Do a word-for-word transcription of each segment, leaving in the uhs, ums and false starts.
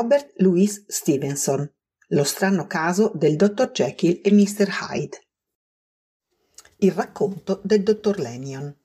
Robert Louis Stevenson. Lo strano caso del dottor Jekyll e mister Hyde. Il racconto del dottor Lanyon.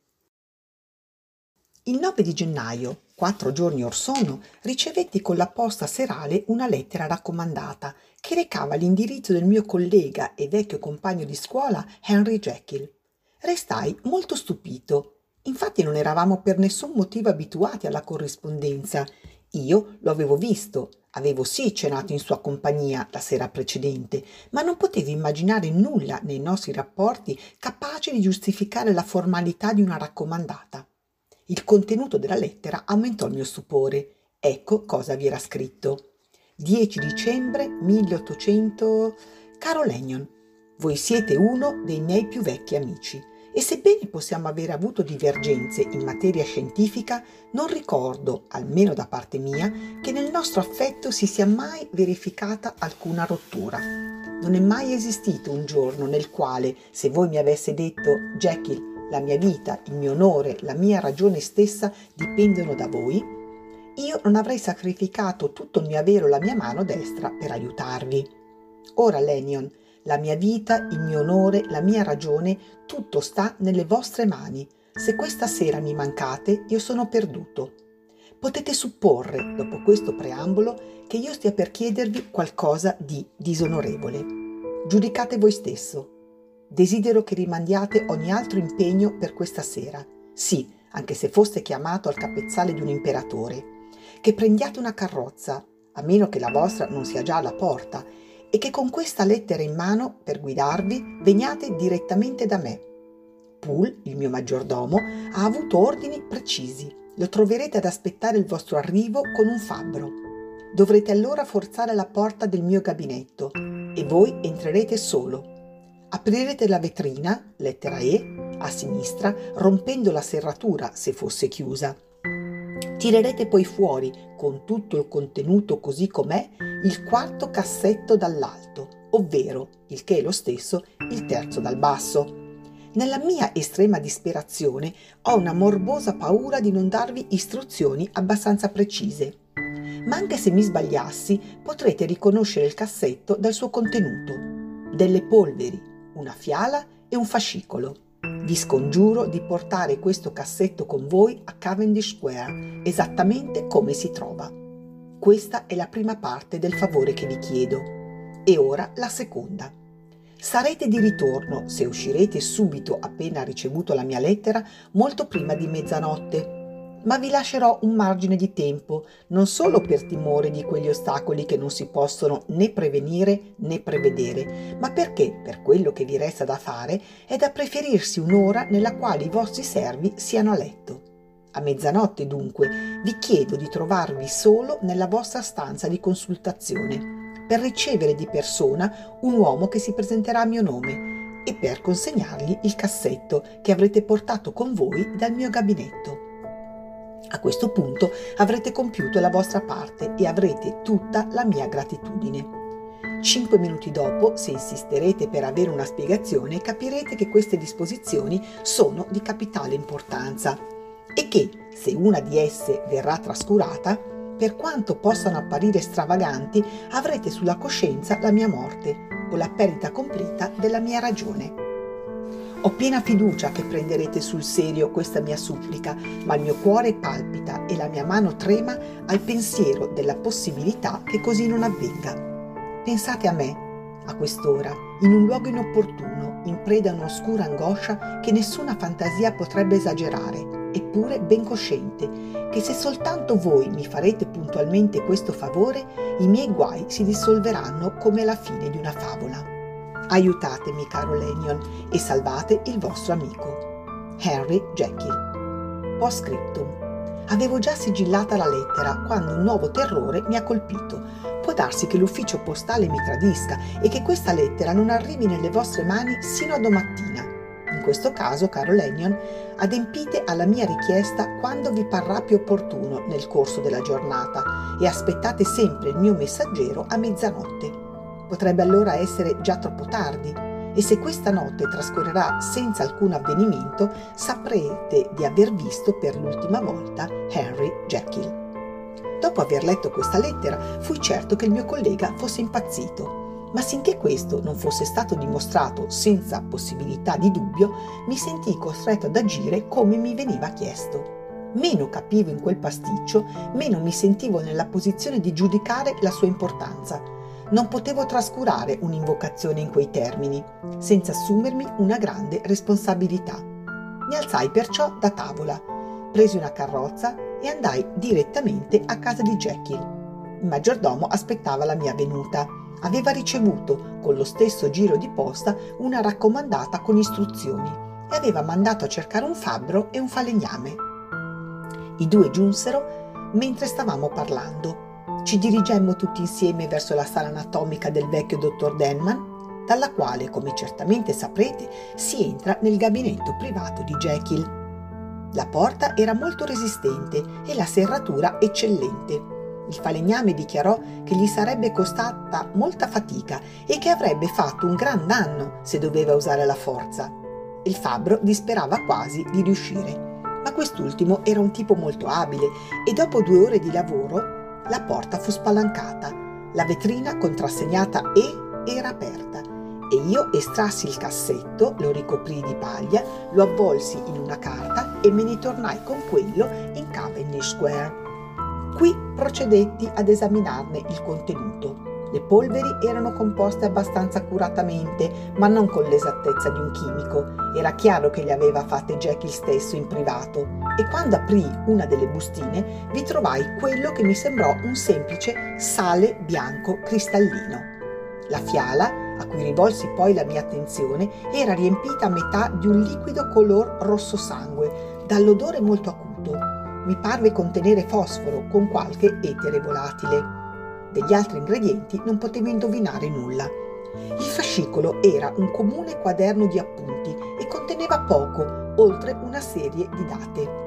Il nove di gennaio, quattro giorni or sono, ricevetti con la posta serale una lettera raccomandata che recava l'indirizzo del mio collega e vecchio compagno di scuola Henry Jekyll. Restai molto stupito. Infatti non eravamo per nessun motivo abituati alla corrispondenza. Io lo avevo visto, avevo sì cenato in sua compagnia la sera precedente, ma non potevo immaginare nulla nei nostri rapporti capace di giustificare la formalità di una raccomandata. Il contenuto della lettera aumentò il mio stupore. Ecco cosa vi era scritto. dieci dicembre milleottocento. Caro Lanyon, voi siete uno dei miei più vecchi amici e sebbene possiamo avere avuto divergenze in materia scientifica, non ricordo, almeno da parte mia, che nel nostro affetto si sia mai verificata alcuna rottura. Non è mai esistito un giorno nel quale, se voi mi avesse detto Jekyll, la mia vita, il mio onore, la mia ragione stessa dipendono da voi, io non avrei sacrificato tutto il mio avere o la mia mano destra per aiutarvi. Ora, Lanyon, la mia vita, il mio onore, la mia ragione, tutto sta nelle vostre mani. Se questa sera mi mancate, io sono perduto. Potete supporre, dopo questo preambolo, che io stia per chiedervi qualcosa di disonorevole. Giudicate voi stesso. Desidero che rimandiate ogni altro impegno per questa sera. Sì, anche se foste chiamato al capezzale di un imperatore. Che prendiate una carrozza, a meno che la vostra non sia già alla porta, e che con questa lettera in mano, per guidarvi, veniate direttamente da me. Poole, il mio maggiordomo, ha avuto ordini precisi. Lo troverete ad aspettare il vostro arrivo con un fabbro. Dovrete allora forzare la porta del mio gabinetto e voi entrerete solo. Aprirete la vetrina, lettera E, a sinistra, rompendo la serratura se fosse chiusa. Tirerete poi fuori, con tutto il contenuto così com'è, il quarto cassetto dall'alto, ovvero, il che è lo stesso, il terzo dal basso. Nella mia estrema disperazione ho una morbosa paura di non darvi istruzioni abbastanza precise. Ma anche se mi sbagliassi, potrete riconoscere il cassetto dal suo contenuto. Delle polveri, una fiala e un fascicolo. Vi scongiuro di portare questo cassetto con voi a Cavendish Square, esattamente come si trova. Questa è la prima parte del favore che vi chiedo. E ora la seconda. Sarete di ritorno, se uscirete subito appena ricevuto la mia lettera, molto prima di mezzanotte. Ma vi lascerò un margine di tempo, non solo per timore di quegli ostacoli che non si possono né prevenire né prevedere, ma perché, per quello che vi resta da fare, è da preferirsi un'ora nella quale i vostri servi siano a letto. A mezzanotte, dunque, vi chiedo di trovarvi solo nella vostra stanza di consultazione, per ricevere di persona un uomo che si presenterà a mio nome e per consegnargli il cassetto che avrete portato con voi dal mio gabinetto. A questo punto avrete compiuto la vostra parte e avrete tutta la mia gratitudine. Cinque minuti dopo, se insisterete per avere una spiegazione, capirete che queste disposizioni sono di capitale importanza e che, se una di esse verrà trascurata, per quanto possano apparire stravaganti, avrete sulla coscienza la mia morte o la perdita completa della mia ragione. Ho piena fiducia che prenderete sul serio questa mia supplica, ma il mio cuore palpita e la mia mano trema al pensiero della possibilità che così non avvenga. Pensate a me, a quest'ora, in un luogo inopportuno, in preda a un'oscura angoscia che nessuna fantasia potrebbe esagerare, eppure ben cosciente che se soltanto voi mi farete puntualmente questo favore, i miei guai si dissolveranno come alla fine di una favola. Aiutatemi, caro Lanyon, e salvate il vostro amico. Henry Jekyll. Post scriptum. Avevo già sigillata la lettera quando un nuovo terrore mi ha colpito. Può darsi che l'ufficio postale mi tradisca e che questa lettera non arrivi nelle vostre mani sino a domattina. In questo caso, caro Lanyon, adempite alla mia richiesta quando vi parrà più opportuno nel corso della giornata e aspettate sempre il mio messaggero a mezzanotte. Potrebbe allora essere già troppo tardi e se questa notte trascorrerà senza alcun avvenimento, saprete di aver visto per l'ultima volta Henry Jekyll. Dopo aver letto questa lettera, fui certo che il mio collega fosse impazzito, ma sinché questo non fosse stato dimostrato senza possibilità di dubbio, mi sentii costretto ad agire come mi veniva chiesto. Meno capivo in quel pasticcio, meno mi sentivo nella posizione di giudicare la sua importanza. Non potevo trascurare un'invocazione in quei termini, senza assumermi una grande responsabilità. Mi alzai perciò da tavola, presi una carrozza e andai direttamente a casa di Jekyll. Il maggiordomo aspettava la mia venuta. Aveva ricevuto, con lo stesso giro di posta, una raccomandata con istruzioni e aveva mandato a cercare un fabbro e un falegname. I due giunsero mentre stavamo parlando. Ci dirigemmo tutti insieme verso la sala anatomica del vecchio dottor Denman, dalla quale, come certamente saprete, si entra nel gabinetto privato di Jekyll. La porta era molto resistente e la serratura eccellente. Il falegname dichiarò che gli sarebbe costata molta fatica e che avrebbe fatto un gran danno se doveva usare la forza. Il fabbro disperava quasi di riuscire, ma quest'ultimo era un tipo molto abile e dopo due ore di lavoro la porta fu spalancata, la vetrina contrassegnata E era aperta e io estrassi il cassetto, lo ricoprii di paglia, lo avvolsi in una carta e me ne tornai con quello in Cavendish Square. Qui procedetti ad esaminarne il contenuto. Le polveri erano composte abbastanza accuratamente, ma non con l'esattezza di un chimico. Era chiaro che le aveva fatte Jekyll stesso in privato, e quando aprii una delle bustine vi trovai quello che mi sembrò un semplice sale bianco cristallino. La fiala, a cui rivolsi poi la mia attenzione, era riempita a metà di un liquido color rosso sangue, dall'odore molto acuto. Mi parve contenere fosforo con qualche etere volatile. Degli altri ingredienti non potevo indovinare nulla. Il fascicolo era un comune quaderno di appunti e conteneva poco, oltre una serie di date.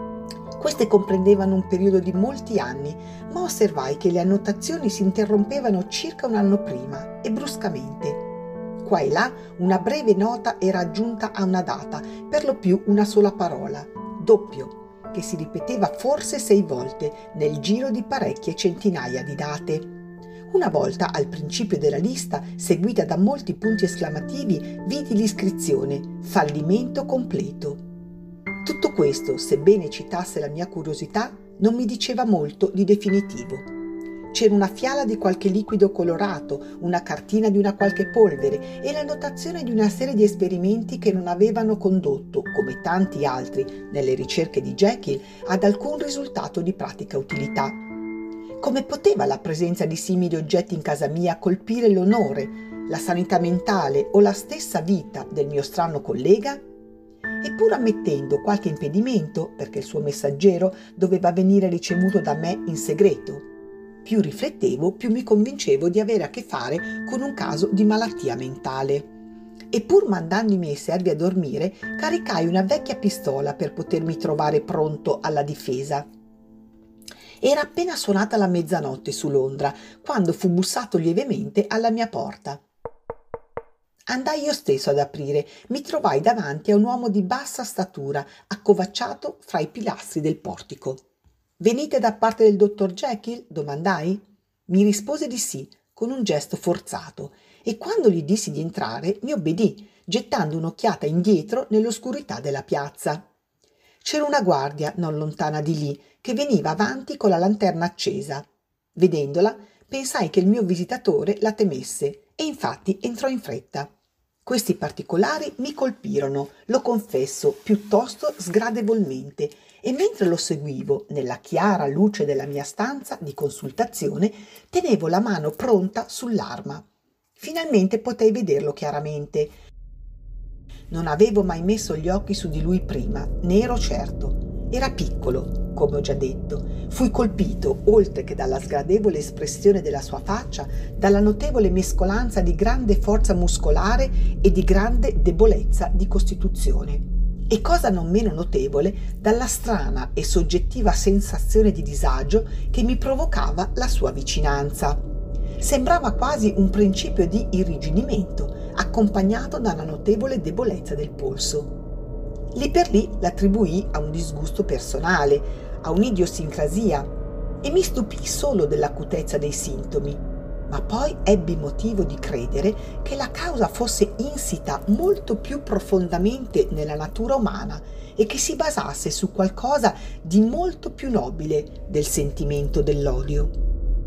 Queste comprendevano un periodo di molti anni, ma osservai che le annotazioni si interrompevano circa un anno prima e bruscamente. Qua e là una breve nota era aggiunta a una data, per lo più una sola parola, doppio, che si ripeteva forse sei volte nel giro di parecchie centinaia di date. Una volta al principio della lista, seguita da molti punti esclamativi, vidi l'iscrizione «Fallimento completo». Tutto questo, sebbene citasse la mia curiosità, non mi diceva molto di definitivo. C'era una fiala di qualche liquido colorato, una cartina di una qualche polvere e l'annotazione di una serie di esperimenti che non avevano condotto, come tanti altri nelle ricerche di Jekyll, ad alcun risultato di pratica utilità. Come poteva la presenza di simili oggetti in casa mia colpire l'onore, la sanità mentale o la stessa vita del mio strano collega? Eppur ammettendo qualche impedimento, perché il suo messaggero doveva venire ricevuto da me in segreto, più riflettevo, più mi convincevo di avere a che fare con un caso di malattia mentale. E pur mandando i miei servi a dormire, caricai una vecchia pistola per potermi trovare pronto alla difesa. Era appena suonata la mezzanotte su Londra, quando fu bussato lievemente alla mia porta. Andai io stesso ad aprire. Mi trovai davanti a un uomo di bassa statura, accovacciato fra i pilastri del portico. «Venite da parte del dottor Jekyll?» domandai. Mi rispose di sì, con un gesto forzato, e quando gli dissi di entrare mi obbedì, gettando un'occhiata indietro nell'oscurità della piazza. C'era una guardia non lontana di lì, che veniva avanti con la lanterna accesa. Vedendola, pensai che il mio visitatore la temesse, e infatti entrò in fretta. Questi particolari mi colpirono, lo confesso, piuttosto sgradevolmente, e mentre lo seguivo nella chiara luce della mia stanza di consultazione, tenevo la mano pronta sull'arma. Finalmente potei vederlo chiaramente. Non avevo mai messo gli occhi su di lui prima, ne ero certo. Era piccolo, come ho già detto. Fui colpito, oltre che dalla sgradevole espressione della sua faccia, dalla notevole mescolanza di grande forza muscolare e di grande debolezza di costituzione. E cosa non meno notevole, dalla strana e soggettiva sensazione di disagio che mi provocava la sua vicinanza. Sembrava quasi un principio di irrigidimento, accompagnato da una notevole debolezza del polso. Lì per lì l'attribuì a un disgusto personale, a un'idiosincrasia. e mi stupì solo dell'acutezza dei sintomi, ma poi ebbi motivo di credere che la causa fosse insita molto più profondamente nella natura umana e che si basasse su qualcosa di molto più nobile del sentimento dell'odio.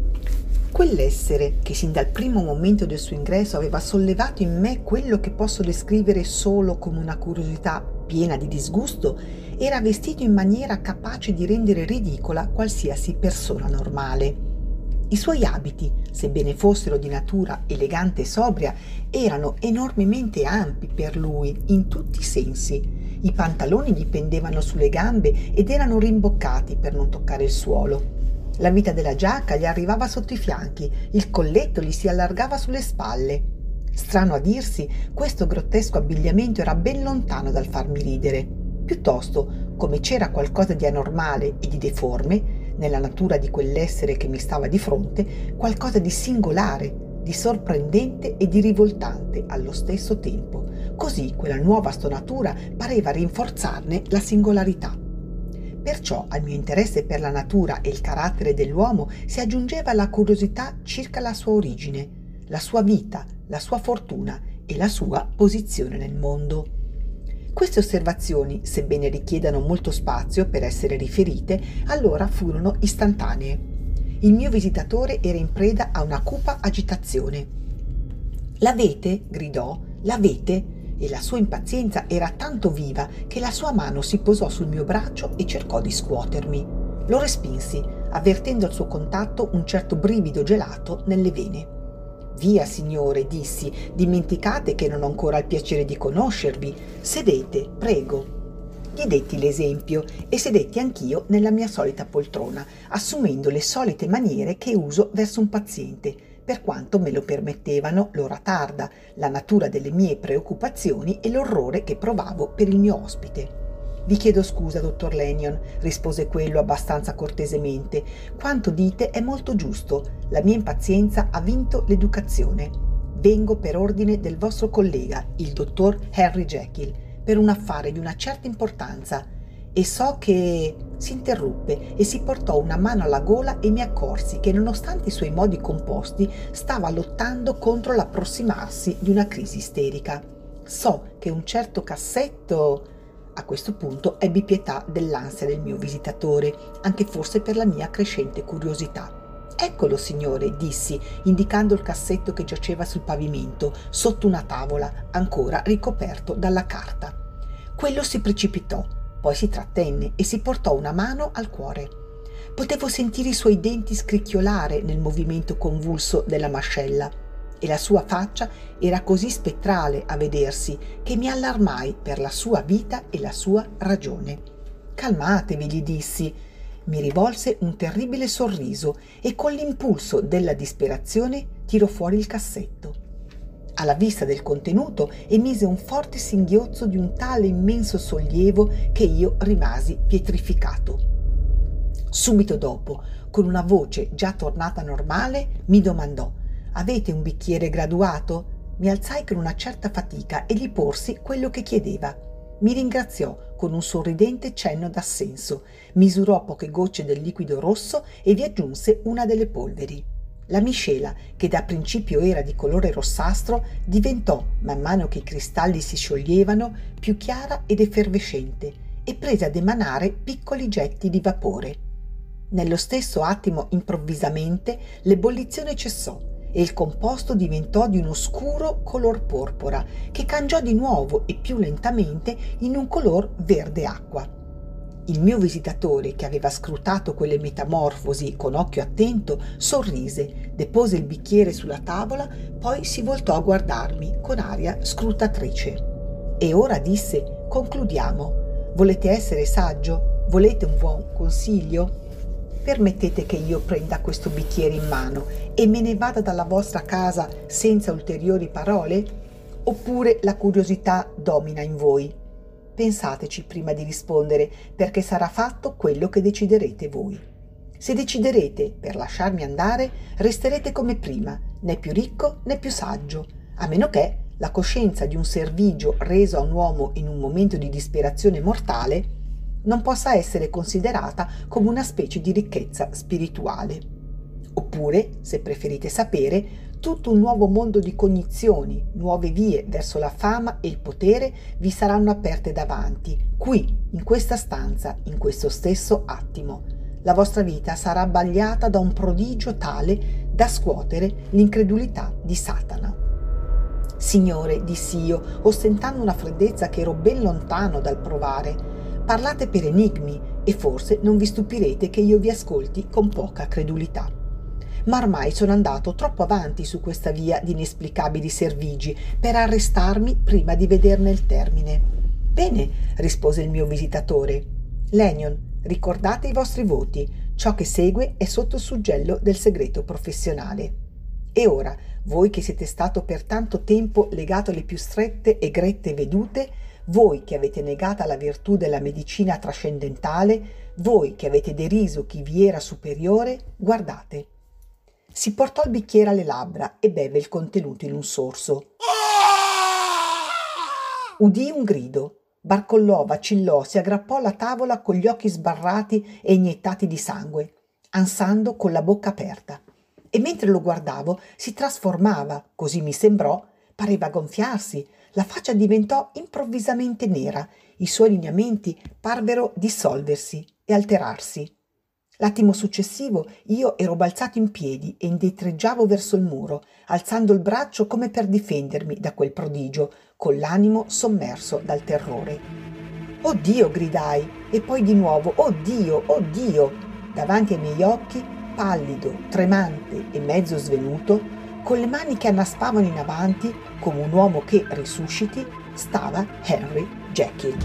Quell'essere che sin dal primo momento del suo ingresso aveva sollevato in me quello che posso descrivere solo come una curiosità piena di disgusto, era vestito in maniera capace di rendere ridicola qualsiasi persona normale. I suoi abiti, sebbene fossero di natura elegante e sobria, erano enormemente ampi per lui in tutti i sensi. I pantaloni gli pendevano sulle gambe ed erano rimboccati per non toccare il suolo. La vita della giacca gli arrivava sotto i fianchi, il colletto gli si allargava sulle spalle. Strano a dirsi, questo grottesco abbigliamento era ben lontano dal farmi ridere. Piuttosto, come c'era qualcosa di anormale e di deforme nella natura di quell'essere che mi stava di fronte, qualcosa di singolare, di sorprendente e di rivoltante allo stesso tempo, così quella nuova stonatura pareva rinforzarne la singolarità. Perciò al mio interesse per la natura e il carattere dell'uomo si aggiungeva la curiosità circa la sua origine, la sua vita, la sua fortuna e la sua posizione nel mondo. Queste osservazioni, sebbene richiedano molto spazio per essere riferite, allora furono istantanee. Il mio visitatore era in preda a una cupa agitazione. «L'avete?» gridò. «L'avete?» E la sua impazienza era tanto viva che la sua mano si posò sul mio braccio e cercò di scuotermi. Lo respinsi, avvertendo al suo contatto un certo brivido gelato nelle vene. «Via, signore», dissi, «dimenticate che non ho ancora il piacere di conoscervi. Sedete, prego». Gli detti l'esempio e sedetti anch'io nella mia solita poltrona, assumendo le solite maniere che uso verso un paziente, per quanto me lo permettevano l'ora tarda, la natura delle mie preoccupazioni e l'orrore che provavo per il mio ospite. «Vi chiedo scusa, dottor Lanyon», rispose quello abbastanza cortesemente. «Quanto dite è molto giusto. La mia impazienza ha vinto l'educazione. Vengo per ordine del vostro collega, il dottor Henry Jekyll, per un affare di una certa importanza. E so che...» Si interruppe e si portò una mano alla gola e mi accorsi che, nonostante i suoi modi composti, stava lottando contro l'approssimarsi di una crisi isterica. «So che un certo cassetto...» A questo punto ebbi pietà dell'ansia del mio visitatore, anche forse per la mia crescente curiosità. «Eccolo, signore», dissi, indicando il cassetto che giaceva sul pavimento, sotto una tavola, ancora ricoperto dalla carta. Quello si precipitò, poi si trattenne e si portò una mano al cuore. Potevo sentire i suoi denti scricchiolare nel movimento convulso della mascella, e la sua faccia era così spettrale a vedersi che mi allarmai per la sua vita e la sua ragione. «Calmatevi», gli dissi. Mi rivolse un terribile sorriso e con l'impulso della disperazione tirò fuori il cassetto. Alla vista del contenuto emise un forte singhiozzo di un tale immenso sollievo che io rimasi pietrificato. Subito dopo, con una voce già tornata normale, mi domandò: «Avete un bicchiere graduato?» Mi alzai con una certa fatica e gli porsi quello che chiedeva. Mi ringraziò con un sorridente cenno d'assenso, misurò poche gocce del liquido rosso e vi aggiunse una delle polveri. La miscela, che da principio era di colore rossastro, diventò, man mano che i cristalli si scioglievano, più chiara ed effervescente e prese ad emanare piccoli getti di vapore. Nello stesso attimo, improvvisamente, l'ebollizione cessò e il composto diventò di uno scuro color porpora, che cangiò di nuovo e più lentamente in un color verde acqua. Il mio visitatore, che aveva scrutato quelle metamorfosi con occhio attento, sorrise, depose il bicchiere sulla tavola, poi si voltò a guardarmi con aria scrutatrice. «E ora», disse, «concludiamo. Volete essere saggio? Volete un buon consiglio? Permettete che io prenda questo bicchiere in mano e me ne vada dalla vostra casa senza ulteriori parole? Oppure la curiosità domina in voi? Pensateci prima di rispondere, perché sarà fatto quello che deciderete voi. Se deciderete per lasciarmi andare, resterete come prima, né più ricco né più saggio, a meno che la coscienza di un servigio reso a un uomo in un momento di disperazione mortale non possa essere considerata come una specie di ricchezza spirituale. Oppure, se preferite sapere, tutto un nuovo mondo di cognizioni, nuove vie verso la fama e il potere vi saranno aperte davanti, qui, in questa stanza, in questo stesso attimo. La vostra vita sarà abbagliata da un prodigio tale da scuotere l'incredulità di Satana. Signore, dissi io, ostentando una freddezza che ero ben lontano dal provare, parlate per enigmi e forse non vi stupirete che io vi ascolti con poca credulità. Ma ormai sono andato troppo avanti su questa via di inesplicabili servigi per arrestarmi prima di vederne il termine. Bene, rispose il mio visitatore. Lanyon, ricordate i vostri voti, ciò che segue è sotto il suggello del segreto professionale. E ora, voi che siete stato per tanto tempo legato alle più strette e grette vedute, voi che avete negata la virtù della medicina trascendentale, voi che avete deriso chi vi era superiore, guardate. Si portò il bicchiere alle labbra e beve il contenuto in un sorso. Udì un grido. Barcollò, vacillò, si aggrappò alla tavola con gli occhi sbarrati e iniettati di sangue, ansando con la bocca aperta. E mentre lo guardavo si trasformava, così mi sembrò, pareva gonfiarsi, la faccia diventò improvvisamente nera, i suoi lineamenti parvero dissolversi e alterarsi. L'attimo successivo io ero balzato in piedi e indietreggiavo verso il muro, alzando il braccio come per difendermi da quel prodigio, con l'animo sommerso dal terrore. «Oh Dio!» gridai, e poi di nuovo «Oh Dio! Oh Dio!» Davanti ai miei occhi, pallido, tremante e mezzo svenuto, con le mani che annaspavano in avanti, come un uomo che risusciti, stava Henry Jekyll.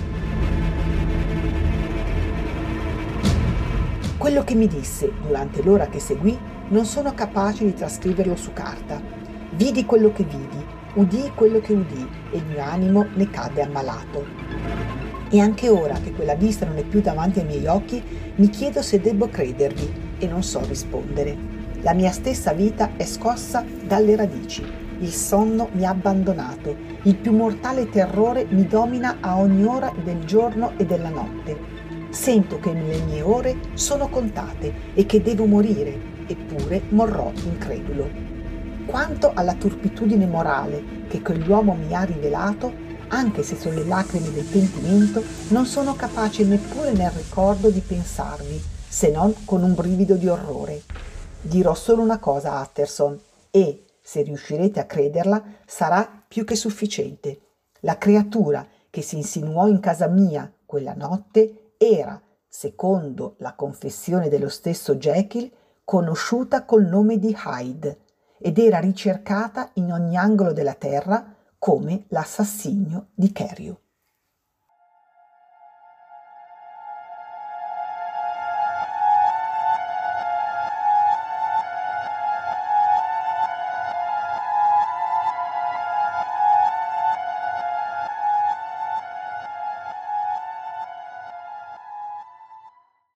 Quello che mi disse durante l'ora che seguì non sono capace di trascriverlo su carta. Vidi quello che vidi, udii quello che udii e il mio animo ne cadde ammalato. E anche ora che quella vista non è più davanti ai miei occhi, mi chiedo se debbo credervi e non so rispondere. La mia stessa vita è scossa dalle radici. Il sonno mi ha abbandonato. Il più mortale terrore mi domina a ogni ora del giorno e della notte. Sento che le mie ore sono contate e che devo morire, eppure morrò incredulo. Quanto alla turpitudine morale che quell'uomo mi ha rivelato, anche se sono le lacrime del pentimento, non sono capace neppure nel ricordo di pensarvi, se non con un brivido di orrore. Dirò solo una cosa a Utterson e, se riuscirete a crederla, sarà più che sufficiente. La creatura che si insinuò in casa mia quella notte era, secondo la confessione dello stesso Jekyll, conosciuta col nome di Hyde ed era ricercata in ogni angolo della terra come l'assassinio di Carew.